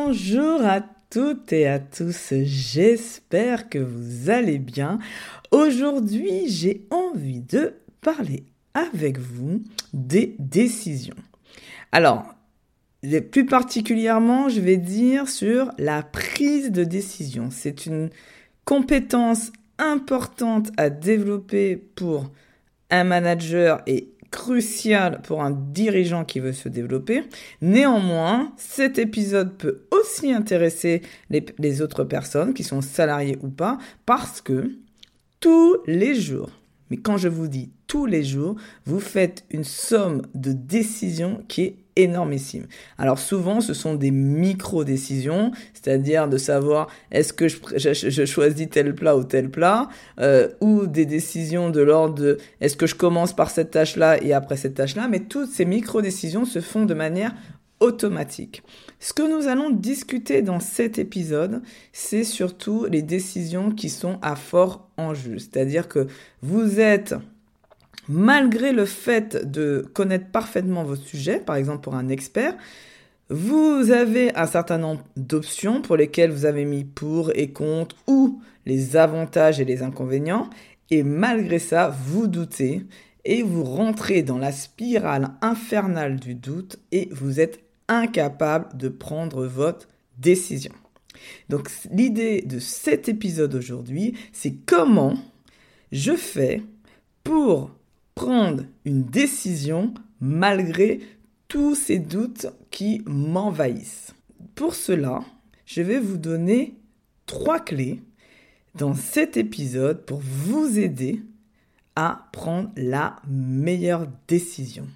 Bonjour à toutes et à tous, j'espère que vous allez bien. Aujourd'hui, j'ai envie de parler avec vous des décisions. Alors, plus particulièrement, je vais dire sur la prise de décision. C'est une compétence importante à développer pour un manager et crucial pour un dirigeant qui veut se développer. Néanmoins, cet épisode peut aussi intéresser les autres personnes qui sont salariées ou pas, parce que tous les jours, mais quand je vous dis tous les jours, vous faites une somme de décisions qui est énormissime. Alors souvent, ce sont des micro-décisions, c'est-à-dire de savoir est-ce que je choisis tel plat ou tel plat, ou des décisions de l'ordre de est-ce que je commence par cette tâche-là et après cette tâche-là, mais toutes ces micro-décisions se font de manière automatique. Ce que nous allons discuter dans cet épisode, c'est surtout les décisions qui sont à fort enjeu, c'est-à-dire que vous êtes... Malgré le fait de connaître parfaitement votre sujet, par exemple pour un expert, vous avez un certain nombre d'options pour lesquelles vous avez mis pour et contre ou les avantages et les inconvénients. Et malgré ça, vous doutez et vous rentrez dans la spirale infernale du doute et vous êtes incapable de prendre votre décision. Donc l'idée de cet épisode aujourd'hui, c'est comment je fais pour prendre une décision malgré tous ces doutes qui m'envahissent. Pour cela, je vais vous donner 3 clés dans cet épisode pour vous aider à prendre la meilleure décision.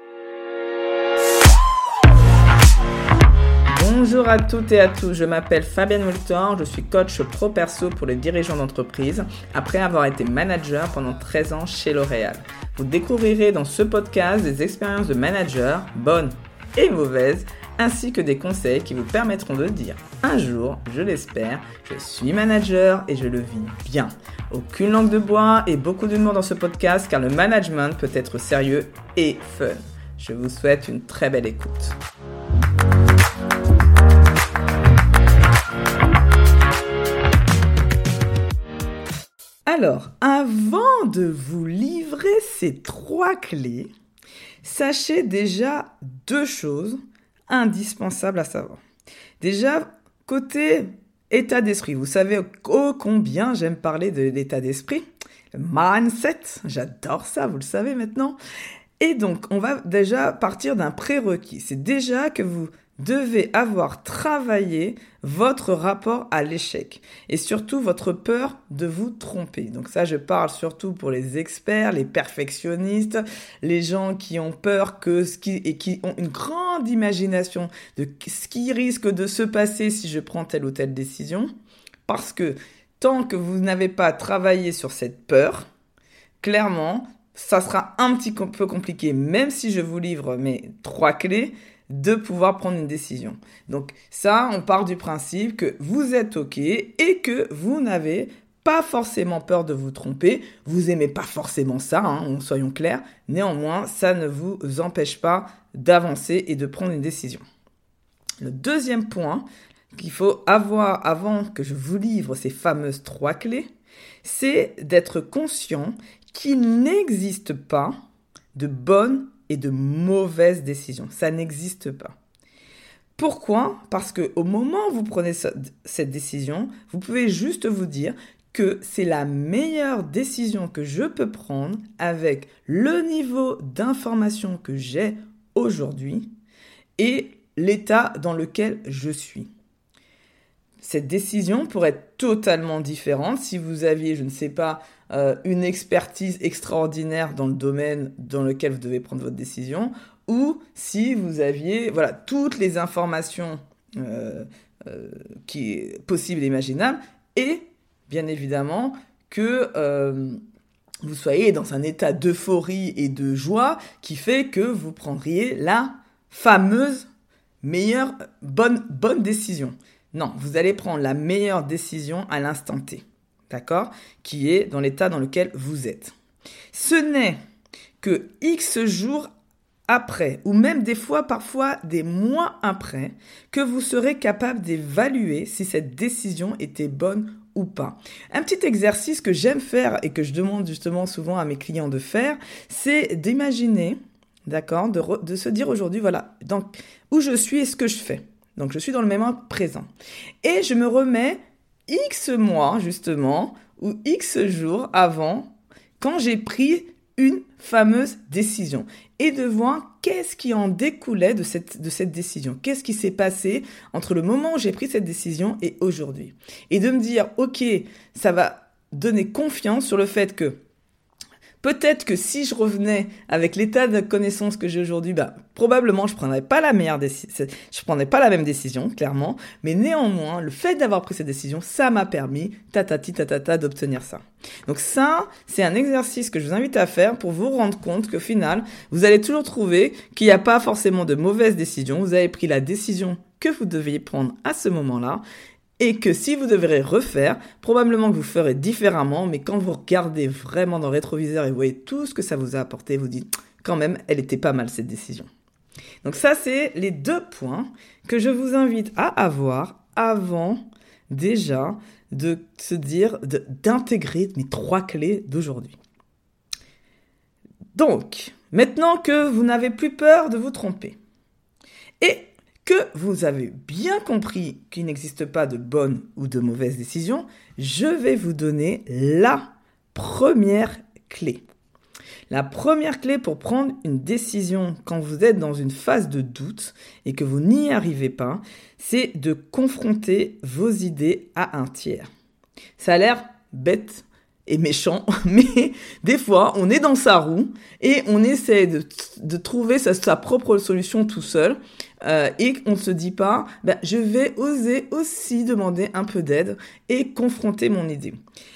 Bonjour à toutes et à tous, je m'appelle Fabienne Moltor, je suis coach pro perso pour les dirigeants d'entreprise après avoir été manager pendant 13 ans chez L'Oréal. Vous découvrirez dans ce podcast des expériences de manager, bonnes et mauvaises, ainsi que des conseils qui vous permettront de dire un jour, je l'espère, je suis manager et je le vis bien. Aucune langue de bois et beaucoup d'humour dans ce podcast car le management peut être sérieux et fun. Je vous souhaite une très belle écoute. Alors, avant de vous livrer ces 3 clés, sachez déjà 2 choses indispensables à savoir. Déjà, côté état d'esprit, vous savez combien j'aime parler de l'état d'esprit, le mindset, j'adore ça, vous le savez maintenant. Et donc, on va déjà partir d'un prérequis, c'est déjà que vous devez avoir travaillé votre rapport à l'échec et surtout votre peur de vous tromper. Donc ça, je parle surtout pour les experts, les perfectionnistes, les gens qui ont peur et qui ont une grande imagination de ce qui risque de se passer si je prends telle ou telle décision. Parce que tant que vous n'avez pas travaillé sur cette peur, clairement, ça sera un petit peu compliqué, même si je vous livre mes 3 clés, de pouvoir prendre une décision. Donc ça, on part du principe que vous êtes OK et que vous n'avez pas forcément peur de vous tromper. Vous aimez pas forcément ça, soyons clairs. Néanmoins, ça ne vous empêche pas d'avancer et de prendre une décision. Le deuxième point qu'il faut avoir avant que je vous livre ces fameuses 3 clés, c'est d'être conscient qu'il n'existe pas de bonne et de mauvaises décisions. Ça n'existe pas. Pourquoi ? Parce qu'au moment où vous prenez cette décision, vous pouvez juste vous dire que c'est la meilleure décision que je peux prendre avec le niveau d'information que j'ai aujourd'hui et l'état dans lequel je suis. Cette décision pourrait être totalement différente si vous aviez, je ne sais pas, une expertise extraordinaire dans le domaine dans lequel vous devez prendre votre décision, ou si vous aviez toutes les informations qui est possible et imaginable, et bien évidemment que vous soyez dans un état d'euphorie et de joie qui fait que vous prendriez la fameuse meilleure bonne décision. Non, vous allez prendre la meilleure décision à l'instant T. D'accord ? Qui est dans l'état dans lequel vous êtes. Ce n'est que X jours après, ou même des fois, parfois des mois après, que vous serez capable d'évaluer si cette décision était bonne ou pas. Un petit exercice que j'aime faire et que je demande justement souvent à mes clients de faire, c'est d'imaginer, d'accord, de se dire aujourd'hui, voilà, donc, où je suis et ce que je fais. Donc, je suis dans le moment présent. Et je me remets X mois, justement, ou X jours avant, quand j'ai pris une fameuse décision. Et de voir qu'est-ce qui en découlait de cette décision. Qu'est-ce qui s'est passé entre le moment où j'ai pris cette décision et aujourd'hui. Et de me dire, ok, ça va donner confiance sur le fait que peut-être que si je revenais avec l'état de connaissance que j'ai aujourd'hui, probablement je prendrais pas la même décision, clairement. Mais néanmoins, le fait d'avoir pris cette décision, ça m'a permis, d'obtenir ça. Donc ça, c'est un exercice que je vous invite à faire pour vous rendre compte qu'au final, vous allez toujours trouver qu'il n'y a pas forcément de mauvaise décision. Vous avez pris la décision que vous deviez prendre à ce moment-là. Et que si vous devrez refaire, probablement que vous ferez différemment, mais quand vous regardez vraiment dans le rétroviseur et vous voyez tout ce que ça vous a apporté, vous dites, quand même, elle était pas mal cette décision. Donc ça, c'est les 2 points que je vous invite à avoir avant déjà de se dire, d'intégrer mes 3 clés d'aujourd'hui. Donc, maintenant que vous n'avez plus peur de vous tromper, et que vous avez bien compris qu'il n'existe pas de bonne ou de mauvaise décision, je vais vous donner la première clé. La première clé pour prendre une décision quand vous êtes dans une phase de doute et que vous n'y arrivez pas, c'est de confronter vos idées à un tiers. Ça a l'air bête et méchant, mais des fois, on est dans sa roue et on essaie de trouver sa propre solution tout seul et on ne se dit pas, je vais oser aussi demander un peu d'aide et confronter mon idée.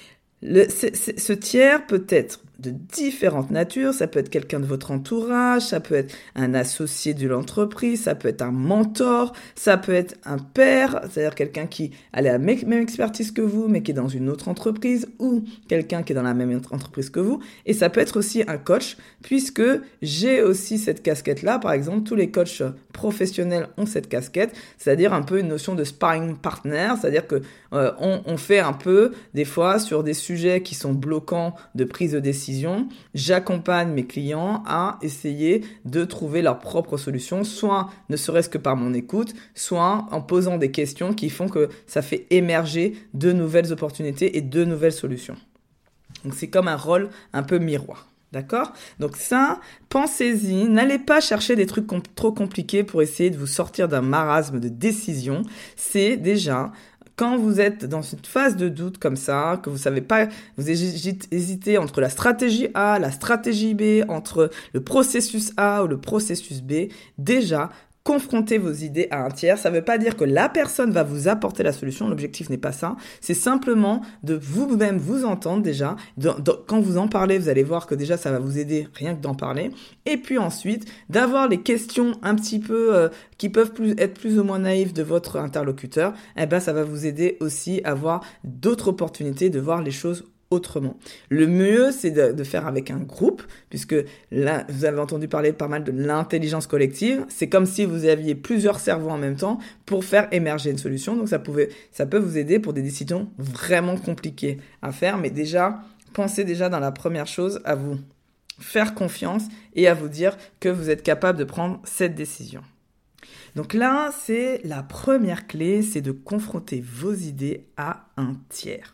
Ce tiers peut être de différentes natures, ça peut être quelqu'un de votre entourage, ça peut être un associé de l'entreprise, ça peut être un mentor, ça peut être un père, c'est-à-dire quelqu'un qui a la même expertise que vous, mais qui est dans une autre entreprise, ou quelqu'un qui est dans la même entreprise que vous, et ça peut être aussi un coach, puisque j'ai aussi cette casquette-là, par exemple, tous les coachs professionnels ont cette casquette, c'est-à-dire un peu une notion de sparring partner, c'est-à-dire que on fait un peu, des fois, sur des sujets qui sont bloquants de prise de décision, j'accompagne mes clients à essayer de trouver leur propre solution, soit ne serait-ce que par mon écoute, soit en posant des questions qui font que ça fait émerger de nouvelles opportunités et de nouvelles solutions. Donc c'est comme un rôle un peu miroir. D'accord ? Donc ça, pensez-y, n'allez pas chercher des trucs trop compliqués pour essayer de vous sortir d'un marasme de décision. C'est déjà... Quand vous êtes dans une phase de doute comme ça, que vous savez pas, vous hésitez entre la stratégie A, la stratégie B, entre le processus A ou le processus B, déjà, confrontez vos idées à un tiers. Ça ne veut pas dire que la personne va vous apporter la solution. L'objectif n'est pas ça. C'est simplement de vous-même vous entendre déjà. Quand vous en parlez, vous allez voir que déjà, ça va vous aider rien que d'en parler. Et puis ensuite, d'avoir les questions un petit peu qui peuvent être plus ou moins naïves de votre interlocuteur. Ça va vous aider aussi à avoir d'autres opportunités de voir les choses autrement. Le mieux, c'est de faire avec un groupe, puisque là, vous avez entendu parler pas mal de l'intelligence collective. C'est comme si vous aviez plusieurs cerveaux en même temps pour faire émerger une solution. Donc, ça peut vous aider pour des décisions vraiment compliquées à faire. Mais déjà, pensez déjà dans la première chose à vous faire confiance et à vous dire que vous êtes capable de prendre cette décision. Donc là, c'est la première clé, c'est de confronter vos idées à un tiers.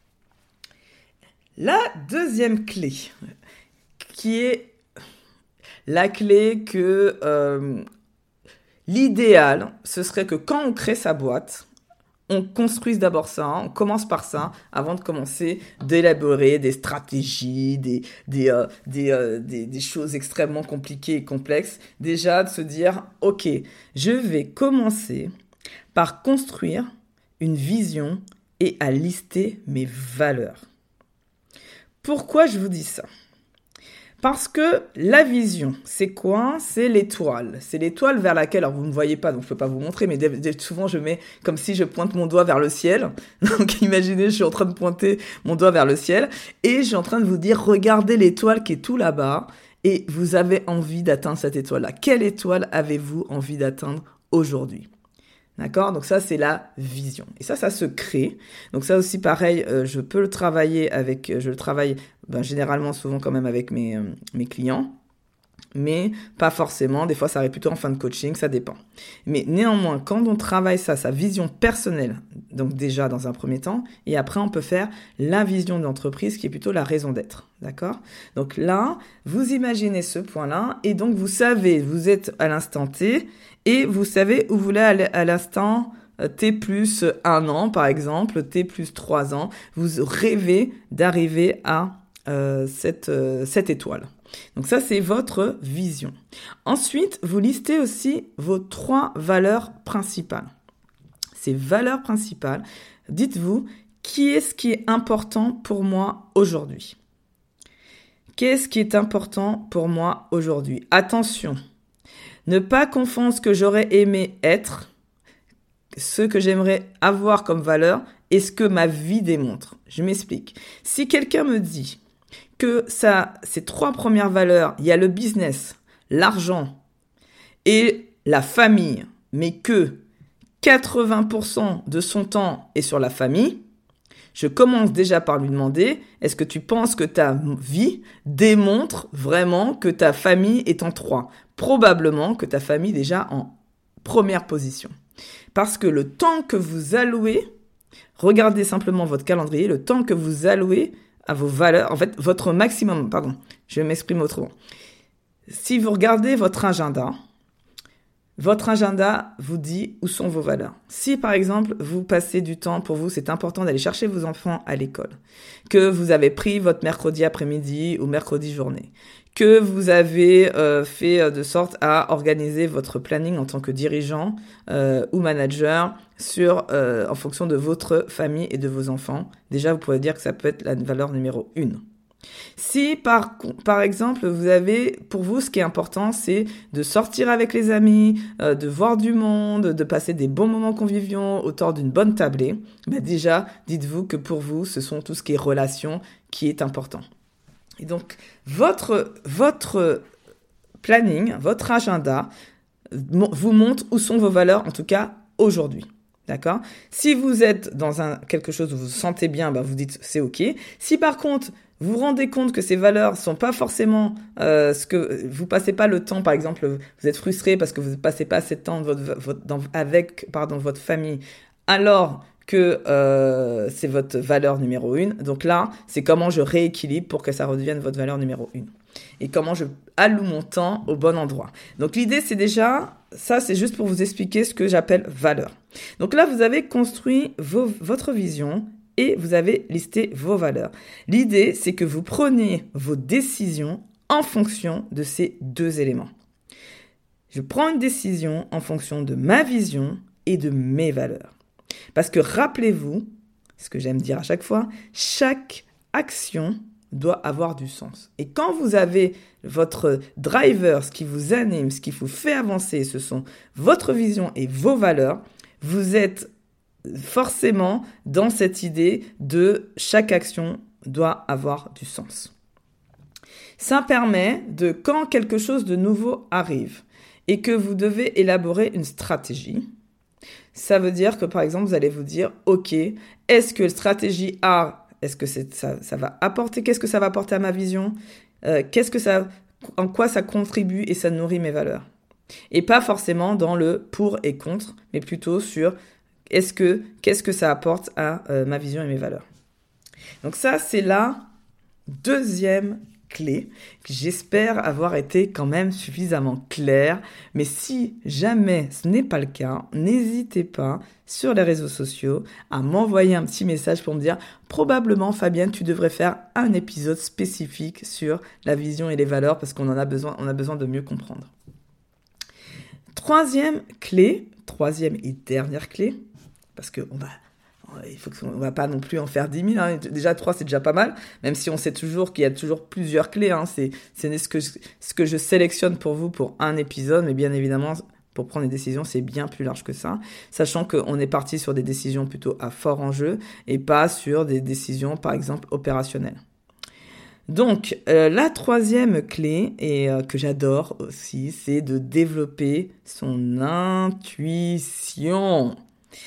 La deuxième clé, qui est la clé que l'idéal, ce serait que quand on crée sa boîte, on construise d'abord ça, on commence par ça, avant de commencer d'élaborer des stratégies, des choses extrêmement compliquées et complexes. Déjà, de se dire, ok, je vais commencer par construire une vision et à lister mes valeurs. Pourquoi je vous dis ça ? Parce que la vision, c'est quoi ? C'est l'étoile. C'est l'étoile vers laquelle, alors vous ne me voyez pas, donc je ne peux pas vous montrer, mais souvent je mets comme si je pointe mon doigt vers le ciel. Donc imaginez, je suis en train de pointer mon doigt vers le ciel et je suis en train de vous dire, regardez l'étoile qui est tout là-bas et vous avez envie d'atteindre cette étoile-là. Quelle étoile avez-vous envie d'atteindre aujourd'hui? D'accord? Donc ça, c'est la vision. Et ça se crée. Donc ça aussi, pareil, je peux le travailler je le travaille généralement souvent quand même avec mes clients. Mais pas forcément, des fois ça arrive plutôt en fin de coaching, ça dépend. Mais néanmoins, quand on travaille ça, sa vision personnelle, donc déjà dans un premier temps, et après on peut faire la vision de l'entreprise qui est plutôt la raison d'être, d'accord? Donc là, vous imaginez ce point-là, et donc vous savez, vous êtes à l'instant T, et vous savez où vous voulez aller à l'instant T plus 1 an, par exemple, T plus 3 ans, vous rêvez d'arriver à cette étoile. Donc ça, c'est votre vision. Ensuite, vous listez aussi vos 3 valeurs principales. Ces valeurs principales, dites-vous, qu'est-ce qui est important pour moi aujourd'hui? Qu'est-ce qui est important pour moi aujourd'hui? Attention, ne pas confondre ce que j'aurais aimé être, ce que j'aimerais avoir comme valeur et ce que ma vie démontre. Je m'explique. Si quelqu'un me dit que ces 3 premières valeurs, il y a le business, l'argent et la famille, mais que 80% de son temps est sur la famille, je commence déjà par lui demander, est-ce que tu penses que ta vie démontre vraiment que ta famille est en 3? Probablement que ta famille est déjà en première position. Parce que le temps que vous allouez, regardez simplement votre calendrier, le temps que vous allouez à vos valeurs, en fait, votre maximum, je m'exprime autrement. Si vous regardez votre agenda vous dit où sont vos valeurs. Si, par exemple, vous passez du temps, pour vous, c'est important d'aller chercher vos enfants à l'école, que vous avez pris votre mercredi après-midi ou mercredi journée, que vous avez fait de sorte à organiser votre planning en tant que dirigeant ou manager en fonction de votre famille et de vos enfants. Déjà, vous pouvez dire que ça peut être la valeur numéro 1. Si, par exemple, pour vous, ce qui est important, c'est de sortir avec les amis, de voir du monde, de passer des bons moments conviviaux autour d'une bonne tablée, déjà, dites-vous que pour vous, ce sont tout ce qui est relations qui est important. Et donc, votre planning, votre agenda vous montre où sont vos valeurs, en tout cas aujourd'hui. D'accord? Si vous êtes dans quelque chose où vous vous sentez bien, vous dites c'est OK. Si par contre, vous vous rendez compte que ces valeurs sont pas forcément ce que vous passez pas le temps, par exemple, vous êtes frustré parce que vous ne passez pas assez de temps avec votre famille, alors que c'est votre valeur numéro 1. Donc là, c'est comment je rééquilibre pour que ça redevienne votre valeur numéro 1. Et comment je alloue mon temps au bon endroit. Donc l'idée, c'est déjà, ça c'est juste pour vous expliquer ce que j'appelle valeur. Donc là, vous avez construit votre vision et vous avez listé vos valeurs. L'idée, c'est que vous preniez vos décisions en fonction de ces 2 éléments. Je prends une décision en fonction de ma vision et de mes valeurs. Parce que rappelez-vous, ce que j'aime dire à chaque fois, chaque action doit avoir du sens. Et quand vous avez votre driver, ce qui vous anime, ce qui vous fait avancer, ce sont votre vision et vos valeurs, vous êtes forcément dans cette idée de chaque action doit avoir du sens. Ça permet de, quand quelque chose de nouveau arrive et que vous devez élaborer une stratégie, ça veut dire que par exemple, vous allez vous dire, OK, est-ce que stratégie A, est-ce que ça va apporter, qu'est-ce que ça va apporter à ma vision, en quoi ça contribue et ça nourrit mes valeurs. Et pas forcément dans le pour et contre, mais plutôt sur qu'est-ce que ça apporte à ma vision et mes valeurs. Donc ça, c'est la 2e clé, que j'espère avoir été quand même suffisamment claire. Mais si jamais ce n'est pas le cas, n'hésitez pas sur les réseaux sociaux à m'envoyer un petit message pour me dire probablement Fabienne, tu devrais faire un épisode spécifique sur la vision et les valeurs parce qu'on en a besoin, on a besoin de mieux comprendre. 3e et dernière clé, parce que on va pas non plus en faire 10 000. Hein. Déjà 3, c'est déjà pas mal, même si on sait toujours qu'il y a toujours plusieurs clés. Hein. C'est ce que je sélectionne pour vous pour un épisode, mais bien évidemment, pour prendre des décisions, c'est bien plus large que ça, sachant qu'on est parti sur des décisions plutôt à fort enjeu et pas sur des décisions, par exemple, opérationnelles. Donc, la troisième clé, et que j'adore aussi, c'est de développer son intuition.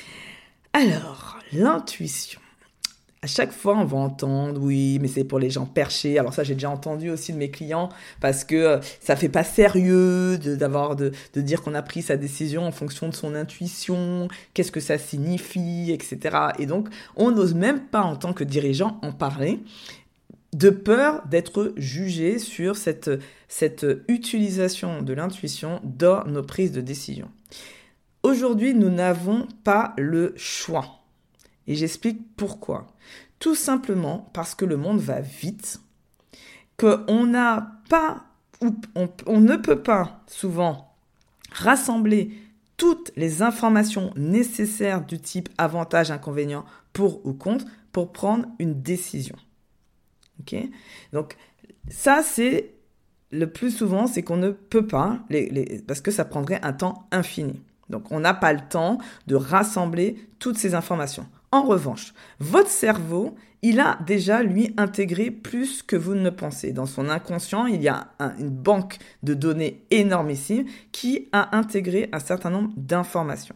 Alors, l'intuition. À chaque fois, on va entendre, oui, mais c'est pour les gens perchés. Alors ça, j'ai déjà entendu aussi de mes clients parce que ça fait pas sérieux de dire qu'on a pris sa décision en fonction de son intuition, qu'est-ce que ça signifie, etc. Et donc, on n'ose même pas en tant que dirigeant en parler, de peur d'être jugé sur cette utilisation de l'intuition dans nos prises de décision. Aujourd'hui, nous n'avons pas le choix. Et j'explique pourquoi. Tout simplement parce que le monde va vite, qu'on n'a pas, ou on ne peut pas souvent rassembler toutes les informations nécessaires du type avantage, inconvénient, pour ou contre, pour prendre une décision. Ok ? Donc, ça, c'est le plus souvent, c'est qu'on ne peut pas, parce que ça prendrait un temps infini. Donc, on n'a pas le temps de rassembler toutes ces informations. En revanche, votre cerveau, il a déjà, lui, intégré plus que vous ne pensez. Dans son inconscient, il y a une banque de données énormissime qui a intégré un certain nombre d'informations.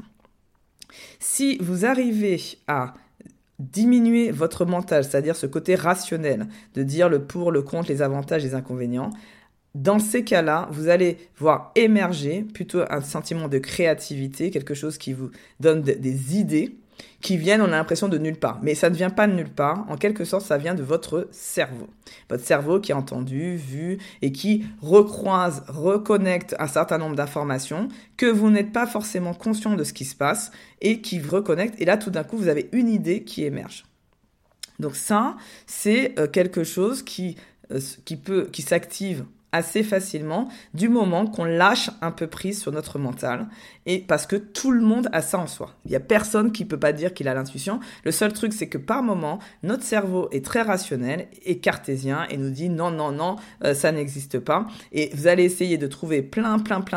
Si vous arrivez à diminuer votre mental, c'est-à-dire ce côté rationnel, de dire le pour, le contre, les avantages, les inconvénients, dans ces cas-là, vous allez voir émerger plutôt un sentiment de créativité, quelque chose qui vous donne des idées qui viennent, on a l'impression, de nulle part. Mais ça ne vient pas de nulle part. En quelque sorte, ça vient de votre cerveau. Votre cerveau qui a entendu, vu et qui reconnecte un certain nombre d'informations que vous n'êtes pas forcément conscient de ce qui se passe et qui reconnecte. Et là, tout d'un coup, vous avez une idée qui émerge. Donc ça, c'est quelque chose qui s'active assez facilement du moment qu'on lâche un peu prise sur notre mental et parce que tout le monde a ça en soi. Il y a personne qui peut pas dire qu'il a l'intuition. Le seul truc, c'est que par moment, notre cerveau est très rationnel et cartésien et nous dit non, ça n'existe pas. Et vous allez essayer de trouver plein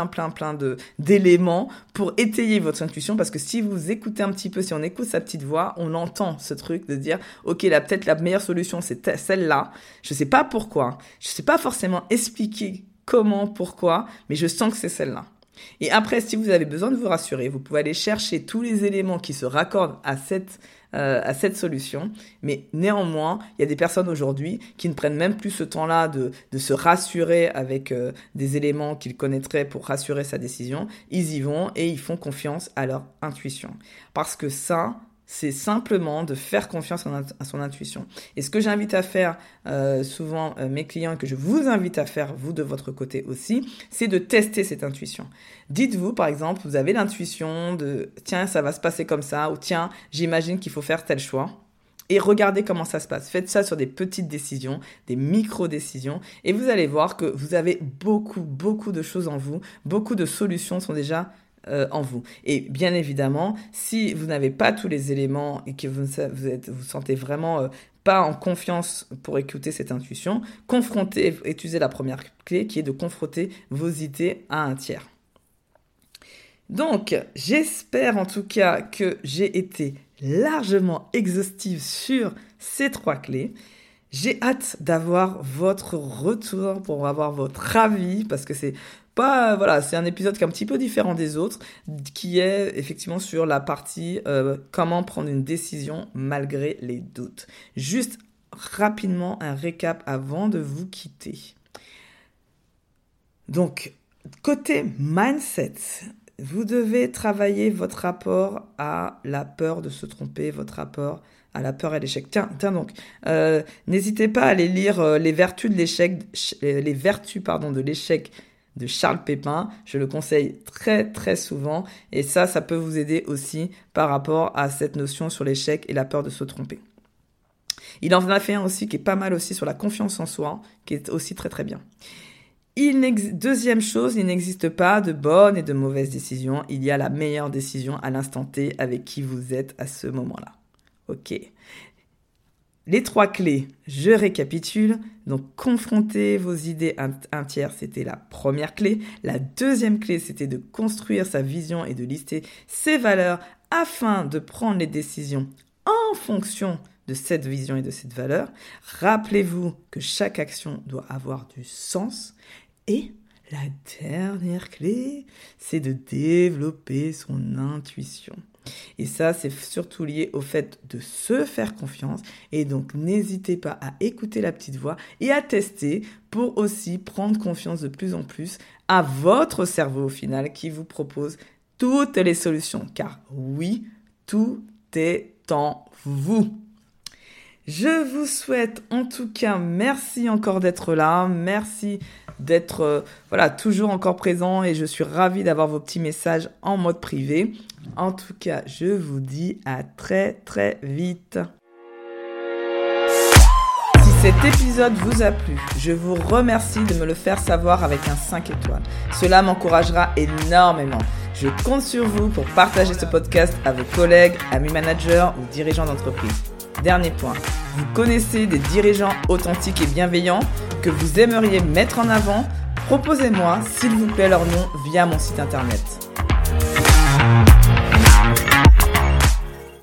d'éléments pour étayer votre intuition parce que si vous écoutez un petit peu, si on écoute sa petite voix, on entend ce truc de dire ok, là peut-être la meilleure solution c'est celle-là. Je sais pas pourquoi, je sais pas forcément expliquer comment, pourquoi, mais je sens que c'est celle-là. Et après, si vous avez besoin de vous rassurer, vous pouvez aller chercher tous les éléments qui se raccordent à cette solution. Mais néanmoins, il y a des personnes aujourd'hui qui ne prennent même plus ce temps-là de se rassurer avec des éléments qu'ils connaîtraient pour rassurer sa décision. Ils y vont et ils font confiance à leur intuition. Parce que ça, c'est simplement de faire confiance à son intuition. Et ce que j'invite à faire souvent mes clients et que je vous invite à faire vous de votre côté aussi, c'est de tester cette intuition. Dites-vous par exemple, vous avez l'intuition de tiens, ça va se passer comme ça ou tiens, j'imagine qu'il faut faire tel choix. Et regardez comment ça se passe. Faites ça sur des petites décisions, des micro-décisions et vous allez voir que vous avez beaucoup de choses en vous, beaucoup de solutions sont déjà en vous. Et bien évidemment, si vous n'avez pas tous les éléments et que vous sentez vraiment pas en confiance pour écouter cette intuition, utilisez la première clé qui est de confronter vos idées à un tiers. Donc, j'espère en tout cas que j'ai été largement exhaustive sur ces 3 clés. J'ai hâte d'avoir votre retour pour avoir votre avis parce que c'est un épisode qui est un petit peu différent des autres, qui est effectivement sur la partie comment prendre une décision malgré les doutes. Juste rapidement un récap avant de vous quitter. Donc, côté mindset, vous devez travailler votre rapport à la peur de se tromper, votre rapport à la peur et l'échec. Tiens donc, n'hésitez pas à aller lire les vertus de l'échec de Charles Pépin. Je le conseille très souvent et ça peut vous aider aussi par rapport à cette notion sur l'échec et la peur de se tromper. Il en a fait un aussi qui est pas mal aussi sur la confiance en soi, qui est aussi très bien. Deuxième chose, il n'existe pas de bonne et de mauvaise décision. Il y a la meilleure décision à l'instant T avec qui vous êtes à ce moment-là. Ok. Les 3 clés, je récapitule. Donc, confronter vos idées un tiers, c'était la première clé. La deuxième clé, c'était de construire sa vision et de lister ses valeurs afin de prendre les décisions en fonction de cette vision et de cette valeur. Rappelez-vous que chaque action doit avoir du sens. Et la dernière clé, c'est de développer son intuition. Et ça, c'est surtout lié au fait de se faire confiance. Et donc, n'hésitez pas à écouter la petite voix et à tester pour aussi prendre confiance de plus en plus à votre cerveau au final qui vous propose toutes les solutions. Car oui, tout est en vous. Je vous souhaite en tout cas, merci encore d'être là, merci d'être toujours encore présent et je suis ravie d'avoir vos petits messages en mode privé. En tout cas, je vous dis à très très vite. Si cet épisode vous a plu, je vous remercie de me le faire savoir avec un 5 étoiles. Cela m'encouragera énormément. Je compte sur vous pour partager ce podcast à vos collègues, amis managers ou dirigeants d'entreprise. Dernier point, vous connaissez des dirigeants authentiques et bienveillants que vous aimeriez mettre en avant? Proposez-moi, s'il vous plaît, leur nom via mon site internet.